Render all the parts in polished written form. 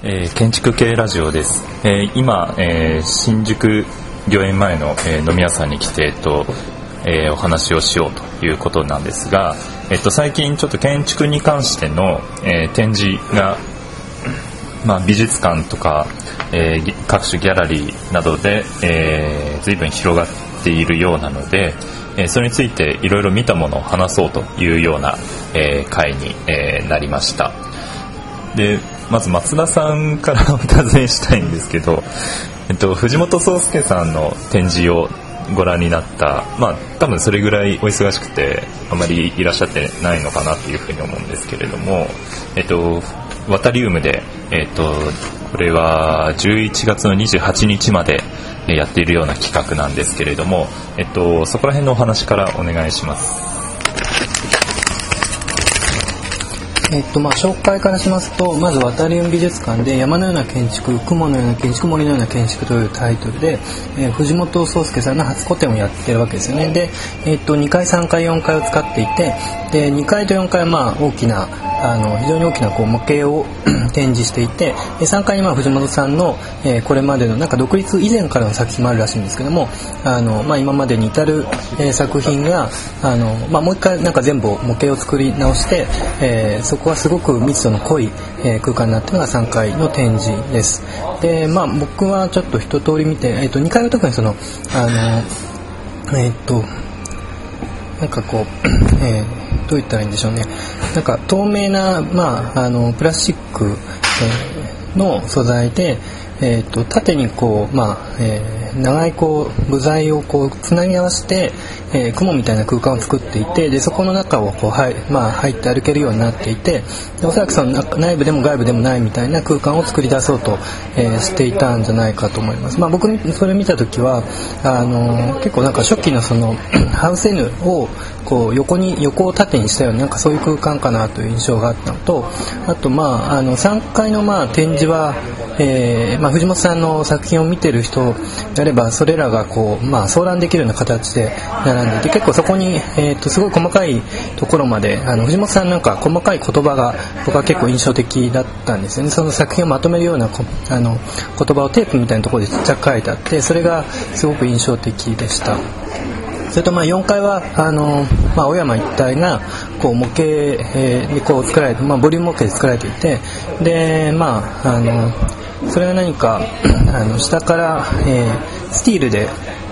建築系ラジオです。今、新宿御苑前の、飲み屋さんに来て、お話をしようということなんですが、最近ちょっと建築に関しての、展示が、美術館とか、各種ギャラリーなどで、随分広がっているようなので、それについていろいろ見たものを話そうというような、会に、なりました。でまず松田さんからお尋ねしたいんですけど、藤本壮介さんの展示をご覧になった、多分それぐらいお忙しくてあまりいらっしゃってないのかなというふうに思うんですけれども、ワタリウムで、これは11月の28日までやっているような企画なんですけれども、そこら辺のお話からお願いします。 紹介からしますと、まずワタリウム美術館で山のような建築、雲のような建築、森のような建築というタイトルで、藤本壮介さんの初個展をやってるわけですよね。で、2階3階4階を使っていて、で2階と4階は大きな非常に大きな模型を展示していて、3階に藤本さんの、これまでの独立以前からの作品もあるらしいんですけども、今までに至る、作品がもう一回全部模型を作り直して、そこはすごく密度の濃い、空間になっているのが3階の展示です。で、僕はちょっと一通り見て、2階は特にどう言ったらいいんでしょうね。透明な、プラスチック、の素材で、縦に長い部材をつなぎ合わせて、雲みたいな空間を作っていて、でそこの中を入って歩けるようになっていて、でおそらくその内部でも外部でもないみたいな空間を作り出そうと、していたんじゃないかと思います。僕それ見た時は結構初期のそのハウス N を横を縦にしたようなそういう空間かなという印象があったのと、あと3階の展示は、藤本さんの作品を見てる人であればそれらが相談できるような形で並んでいて、結構そこに、すごい細かいところまで藤本さん細かい言葉が僕は結構印象的だったんですよね。その作品をまとめるような言葉をテープみたいなところでちっちゃく書いてあって、それがすごく印象的でした。それと4階は小山一帯が模型で作られて、ボリューム模型で作られていて、でそれは何か下から、スティールで、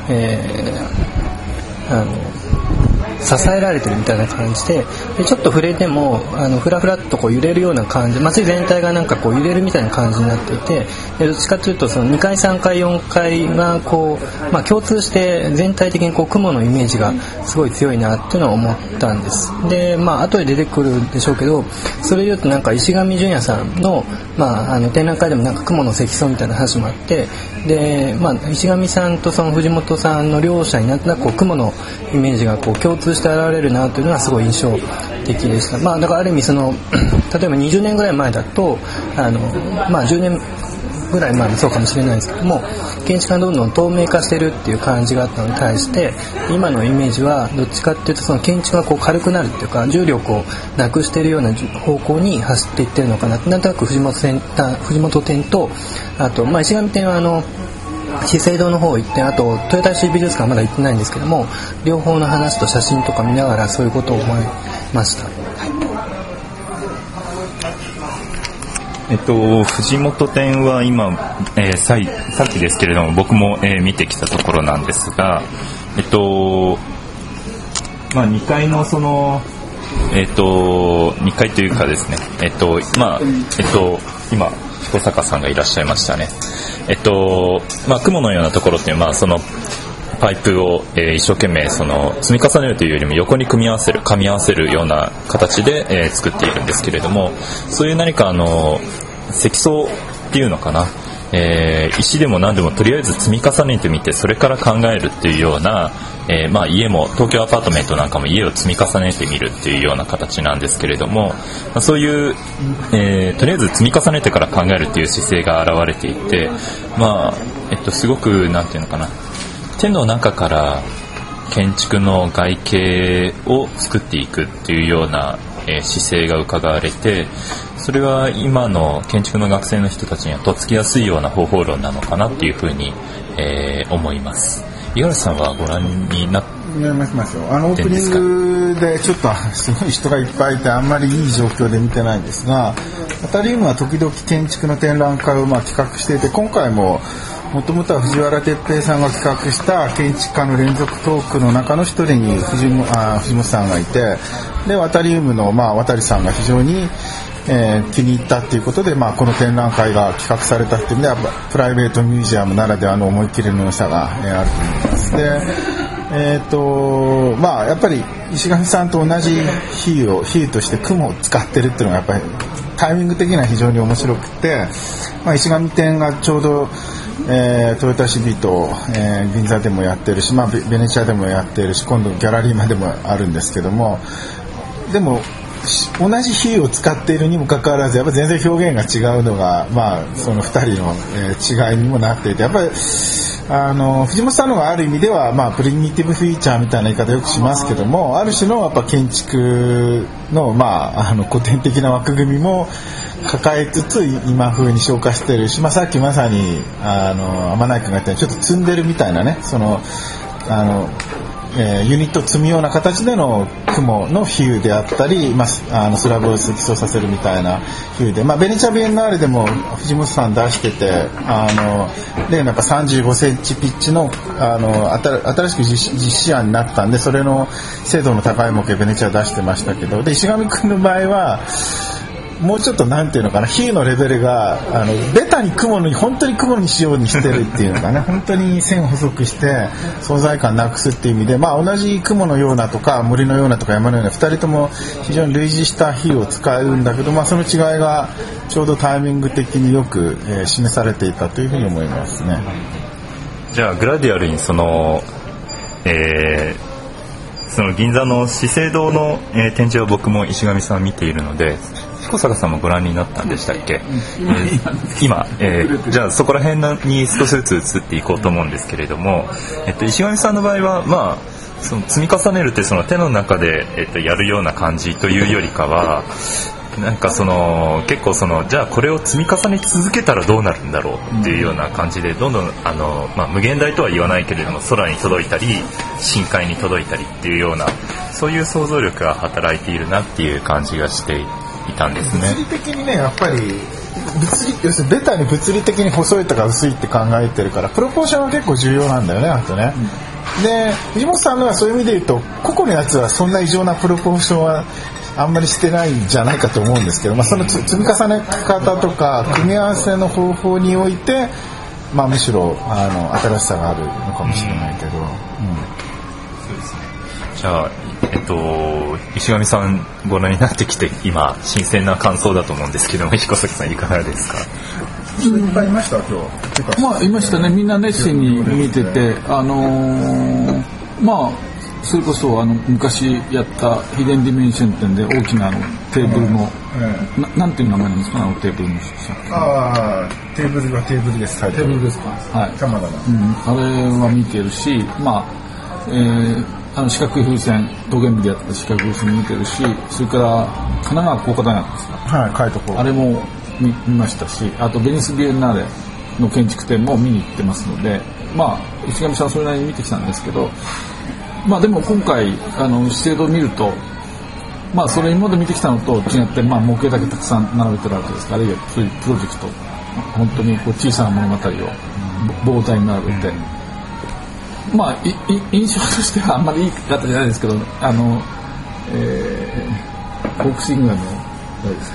支えられてるみたいな感じで、ちょっと触れてもフラフラっと揺れるような感じ、街全体が揺れるみたいな感じになっていて、どっちかというとその2階3階4階が共通して全体的に雲のイメージがすごい強いなっていうのは思ったんです。で後で出てくるでしょうけど、それでいうと石上純也さんの展覧会でも雲の積層みたいな話もあって、で石上さんとその藤本さんの両者になんとなく雲のイメージが共通して現れるなというのはすごい印象的でした。だからある意味例えば20年ぐらい前だと10年ぐらい前もそうかもしれないですけども、建築がどんどん透明化してるっていう感じがあったのに対して、今のイメージはどっちかっていうとその建築が軽くなるっていうか重力をなくしているような方向に走っていってるのかな。なんとなく藤本展と、あと石上展は資生堂の方行って、あと豊田市美術館まだ行ってないんですけども、両方の話と写真とか見ながらそういうことを思いました。 藤本展は今、さっきですけれども僕も、見てきたところなんですが、2階の2階というかですね、今彦坂さんがいらっしゃいましたね。雲のようなところっていうそのパイプを、一生懸命積み重ねるというよりも横に噛み合わせるような形で、作っているんですけれども、そういう何か積層っていうのかな、石でも何でもとりあえず積み重ねてみてそれから考えるっていうような、家も東京アパートメントなんかも家を積み重ねてみるっていうような形なんですけれども、そういう、とりあえず積み重ねてから考えるっていう姿勢が現れていて、すごくなんていうのかな、手の中から建築の外形を作っていくっていうような、姿勢が伺われて、 それは今の建築の学生の人たちにはとっつきやすいような方法論なのかなっていうふうに、思います。五十嵐さんはご覧になってますよ。オープニングでちょっとすごい人がいっぱいいてあんまりいい状況で見てないんですが、アタリウムは時々建築の展覧会を企画していて、今回ももともとは藤原哲平さんが企画した建築家の連続トークの中の一人に藤本さんがいて、でアタリウムの渡さんが非常に気に入ったということで、この展覧会が企画されたという意味ではプライベートミュージアムならではの思い切りの良さが、あると思います。で、やっぱり石上さんと同じ比喩として雲を使ってるっていうのがやっぱりタイミング的には非常に面白くて、石上展がちょうどトヨタシビと、銀座でもやってるし、ベネチアでもやってるし、今度ギャラリーまでもあるんですけども、でも同じ比喩を使っているにもかかわらずやっぱり全然表現が違うのが、その2人の、違いにもなっていて、やっぱり藤本さんのがある意味では、プリミティブフィーチャーみたいな言い方よくしますけども、ある種のやっぱ建築の、古典的な枠組みも抱えつつ今風に消化してるし、さっきまさに天内君が言ったようにちょっと積んでるみたいなね、そのユニットを積むような形での雲の比喩であったり、スラブを積層させるみたいな比喩で、ベネチアビエンナーレでも藤本さん出してて、例のやっぱ35センチピッチの、新しく実施案になったんで、それの精度の高い模型ベネチア出してましたけど、で石上君の場合はもうちょっとなんていうのかな、比喩のレベルがベタに本当に雲にしようにしてるっていうのかね、本当に線を細くして存在感なくすっていう意味で、同じ雲のようなとか森のようなとか山のような2人とも非常に類似した比喩を使うんだけど、その違いがちょうどタイミング的によく、示されていたというふうに思いますね。 じゃあグラディアルにその銀座の資生堂の、展示は僕も石上さん見ているので、彦坂さんもご覧になったんでしたっけ？今、じゃあそこら辺に少しずつ移っていこうと思うんですけれども、石上さんの場合は、その積み重ねるってその手の中で、やるような感じというよりかは、なんか結構じゃあこれを積み重ね続けたらどうなるんだろうっていうような感じで、どんどん無限大とは言わないけれども空に届いたり深海に届いたりっていうような、そういう想像力が働いているなっていう感じがしていたんですね。 物理的にね、やっぱり要するにベタに物理的に細いとか薄いって考えてるから、プロポーションは結構重要なんだよね、あとね。で藤本さんのはそういう意味で言うと、個々のやつはそんな異常なプロポーションはあんまりしてないんじゃないかと思うんですけど、その積み重ね方とか組み合わせの方法において、むしろ新しさがあるのかもしれないけど、 そうですね。じゃあ、石上さんご覧になってきて今新鮮な感想だと思うんですけども、彦崎さんいかがですか？ いっぱいいました今日。 いましたね。みんな熱心に見てて、それこそ昔やったヒデンディメンション展で大きなテーブルの、なんていう名前なんですか、テーブルの。 テーブルはテーブルです。 テーブルですか。はい。 玉田の。 あれは見てるし、四角い風船、道玄美でやった四角い風船見てるし、それから神奈川工科大学ですか。 はい、書いとこう。 あれも見ましたし、あとベニスビエンナーレの建築展も見に行ってますので、石上さんそれなりに見てきたんですけど、でも今回資生堂を見ると、それ今まで見てきたのと違って、模型だけたくさん並べてるわけですから、あるいはそういうプロジェクト、本当に小さな物語を膨大に並べて、印象としてはあんまりいい方じゃないですけど、フォークシンガーの誰ですか、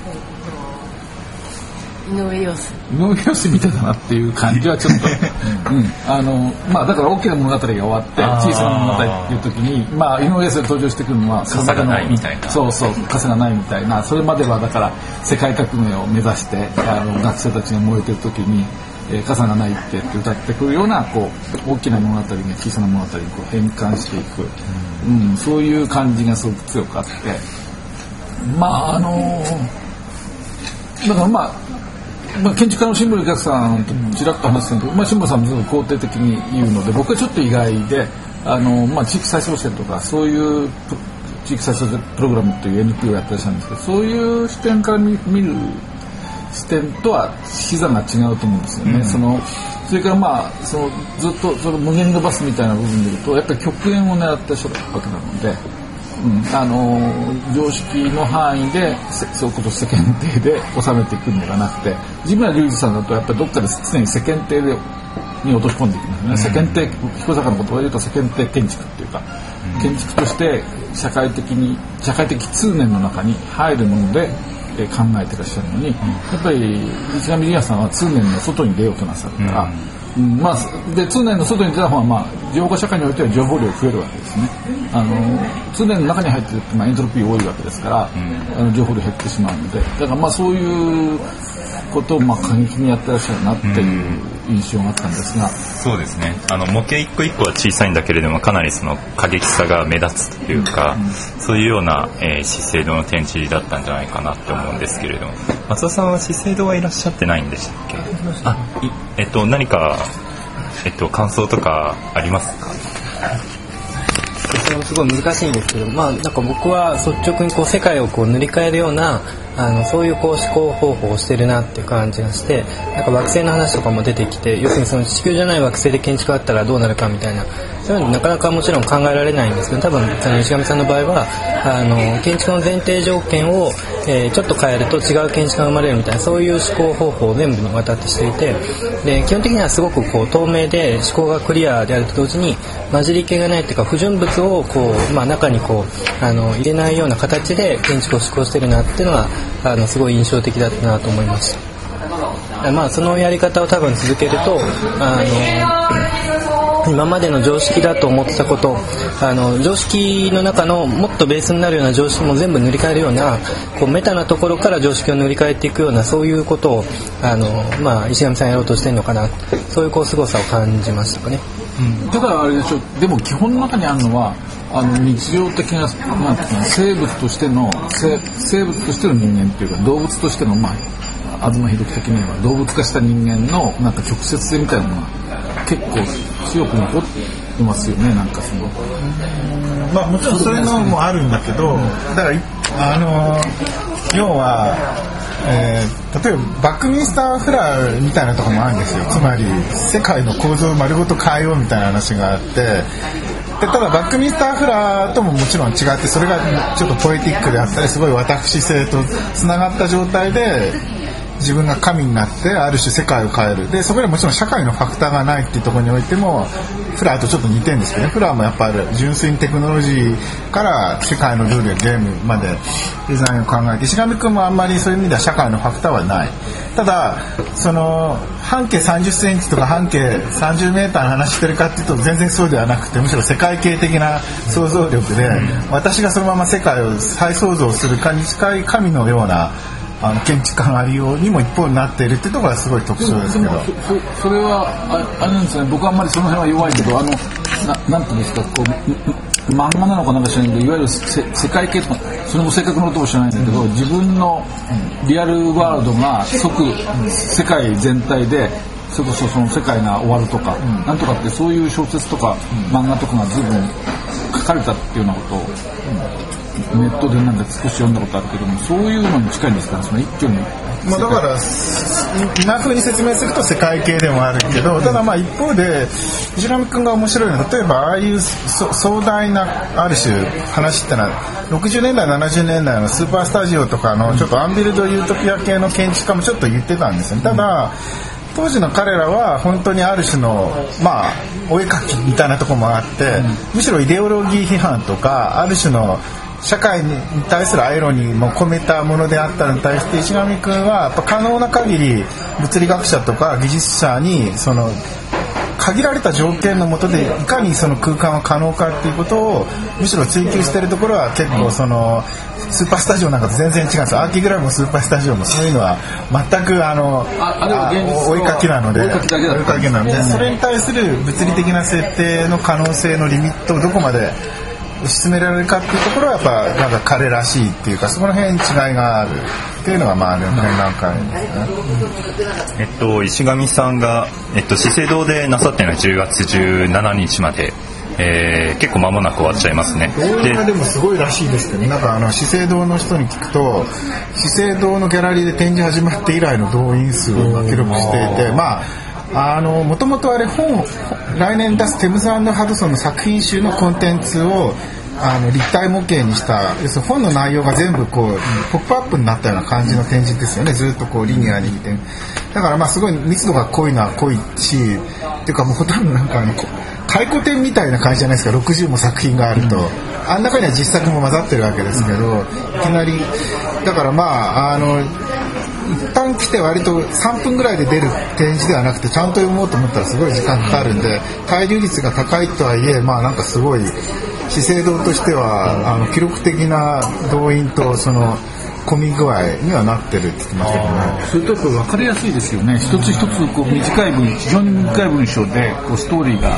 井上陽水見てたなっていう感じはちょっと、だから大きな物語が終わって小さな物語っていう時に、井上陽水が登場してくるのは傘がないみたいな、 傘がないみたいな、それまではだから世界革命を目指して学生たちが燃えてる時に傘がないって歌ってくるような大きな物語が小さな物語に変換していく、そういう感じがすごく強くあって、だから建築家の新聞お客さんとちらっと話してるんですけど、新聞さんもすごく肯定的に言うので、僕はちょっと意外で、地域再生線とかそういう地域再生プログラムという NPO をやったりしたんですけど、そういう視点から見る視点とは視座が違うと思うんですよね。それからずっとその無限のバスみたいな部分でいうとやっぱり極限を狙ってしまうわけなので、常識の範囲でそういうことを世間体で収めていくのではなくて、自分ら隆二さんだとやっぱりどっかで常に世間体に落とし込んでいきますね。世間体、彦坂の言葉で言うと世間体建築っていうか、建築として社会的通念の中に入るもので考えてらっしゃるのに、やっぱり石上理也さんは通念の外に出ようとなさるから、で通念の外に出た方が、情報化社会においては情報量が増えるわけですね。通念の中に入ってるって、エントロピー多いわけですから、情報量減ってしまうので、だからそういうことを過激にやってらっしゃるなっていう印象があったんですが、 そうですね。模型一個一個は小さいんだけれども、かなりその過激さが目立つというか、そういうような、資生堂の展示だったんじゃないかなって思うんですけれども、松田さんは資生堂はいらっしゃってないんでしたっけ？何か、感想とかありますか？ それもすごい難しいんですけど、なんか僕は率直に世界を塗り替えるようなそういう思考方法をしてるなっていう感じがして、なんか惑星の話とかも出てきて、要するにその地球じゃない惑星で建築があったらどうなるかみたいな、そういうのなかなかもちろん考えられないんですけど、多分石上さんの場合は建築の前提条件を、ちょっと変えると違う建築が生まれるみたいな、そういう思考方法を全部にわたってしていて、で基本的にはすごく透明で思考がクリアであると同時に混じり気がないっていうか、不純物を中に入れないような形で建築を施行してるなっていうのがすごい印象的だったなと思いました。そのやり方を多分続けると今までの常識だと思ってたこと、常識の中のもっとベースになるような常識も全部塗り替えるようなメタなところから常識を塗り替えていくような、そういうことを石上さんやろうとしてるのかな、そういう凄さを感じましたかね。 ただあれでしょ、でも基本の中にあるのは日常的な生物としての人間というか、動物としての東秀樹的には動物化した人間の直接性みたいなものが結構強く残ってますよね。なんかもちろんそういうのもあるんだけど、だから要は、例えばバックミンスターフラーみたいなところもあるんですよ。つまり世界の構造を丸ごと変えようみたいな話があって、でただバックミンスターフラーとももちろん違って、それがちょっとポエティックであったり、すごい私性とつながった状態で自分が神になってある種世界を変える。でそこでもちろん社会のファクターがないっていうところにおいてもフラーとちょっと似てるんですけどね。フラーもやっぱり純粋にテクノロジーから世界のルールやゲームまでデザインを考えて、石上君もあんまりそういう意味では社会のファクターはない。ただ半径30センチとか半径30メーターの話してるかっていうと全然そうではなくて、むしろ世界系的な想像力で、私がそのまま世界を再創造するかに近い神のような建築家のありようにも一方になっているっていうところがすごい特徴ですけど、 それはあれなんですね。僕はあんまりその辺は弱いけど、なんていうんですか、漫画なのかなんか知らないけど、いわゆる世界系とか、それも正確なことも知らないんだけど、自分のリアルワールドが即世界全体でそれこそその世界が終わるとか、なんとかって、そういう小説とか漫画とかが随分書かれたっていうようなことを、ネットでなんか少し読んだことあるけども、そういうのに近いんですかね、その一挙に。 だから今風に説明すると世界系でもあるけど、ただ一方で石上君が面白いのは、例えばああいう壮大なある種話ってのは60年代70年代のスーパースタジオとかのちょっとアンビルドユートピア系の建築家もちょっと言ってたんですよね。ただ当時の彼らは本当にある種のお絵描きみたいなところもあって、むしろイデオロギー批判とかある種の社会に対するアイロニーも込めたものであったのに対して、石上君はやっぱ可能な限り物理学者とか技術者に限られた条件の下でいかにその空間は可能かっていうことをむしろ追求しているところは結構スーパースタジオなんかと全然違うんですよ。アーキグラムもスーパースタジオもそういうのは全く追いかけなので、それに対する物理的な設定の可能性のリミットをどこまで推し進められるかっていうところはやっぱなんか彼らしいっていうか、そこの辺に違いがあるっていうのが展覧会ですね。 石上さんが、資生堂でなさっているのは10月17日まで結構間もなく終わっちゃいますね。 動員がでもすごいらしいですけど、なんか資生堂の人に聞くと、資生堂のギャラリーで展示始まって以来の動員数を記録していて、もともとあれ来年出すテムズ&ハドソンの作品集のコンテンツを立体模型にした、要するに本の内容が全部こうポップアップになったような感じの展示ですよね。ずっとこうリニアに見て、だからすごい密度が濃いのは濃いし、っていうかもうほとんどなんか回顧展みたいな感じじゃないですか。60も作品があると、あん中には実作も混ざってるわけですけど、いきなりだから一旦来て割と3分ぐらいで出る展示ではなくて、ちゃんと読もうと思ったらすごい時間かかるんで、滞留率が高いとはいえ、なんかすごい資生堂としては記録的な動員とその混み具合にはなってるって言ってましたけどね。 それとやっぱり分かりやすいですよね。一つ一つこう短い非常に短い文章でこうストーリーが、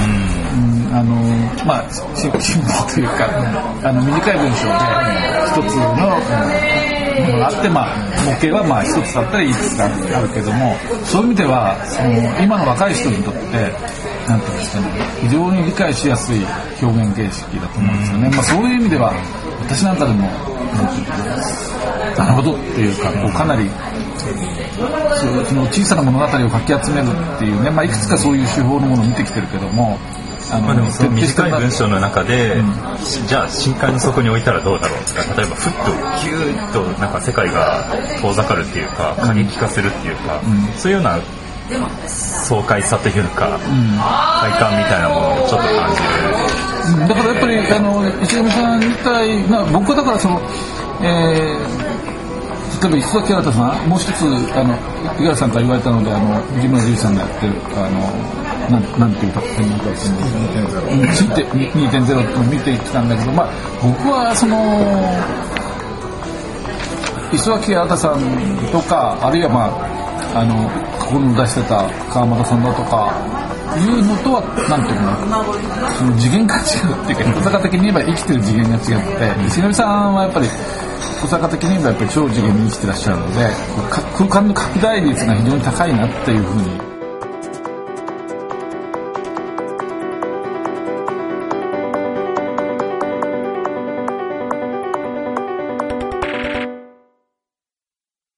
シンプルというか短い文章で一つのものがあって、模型は一つだったりいくつかあるけども、そういう意味では今の若い人にとってなんていうんですかね、非常に理解しやすい表現形式だと思うんですよね。そういう意味では私なんかでもなるほどっていうか、かなりその小さな物語をかき集めるっていうね、いくつかそういう手法のものを見てきてるけども、 でもその短い文章の中で、じゃあ深海の底に置いたらどうだろうとか、例えばふっとギューッとなんか世界が遠ざかるっていうか、過激化するっていうか、そういうような爽快さというか、快感みたいなものをちょっと感じる。 だからやっぱり石上さんみたいな、僕はだから例えば磯崎新さん、もう一つ五十嵐さんから言われたので藤村隆さんがやってるなんていう作品なんかですね、2.0 っていうのを見てきたんだけど、僕は磯崎新さんとか、あるいはここに出してた川又さんだとかいうのとはなんていうかその次元が違うっていうか、小坂的に言えば生きてる次元が違って、石上さんはやっぱり小坂的に言えばやっぱり超次元に生きてらっしゃるので、空間の拡大率が非常に高いなっていうふうに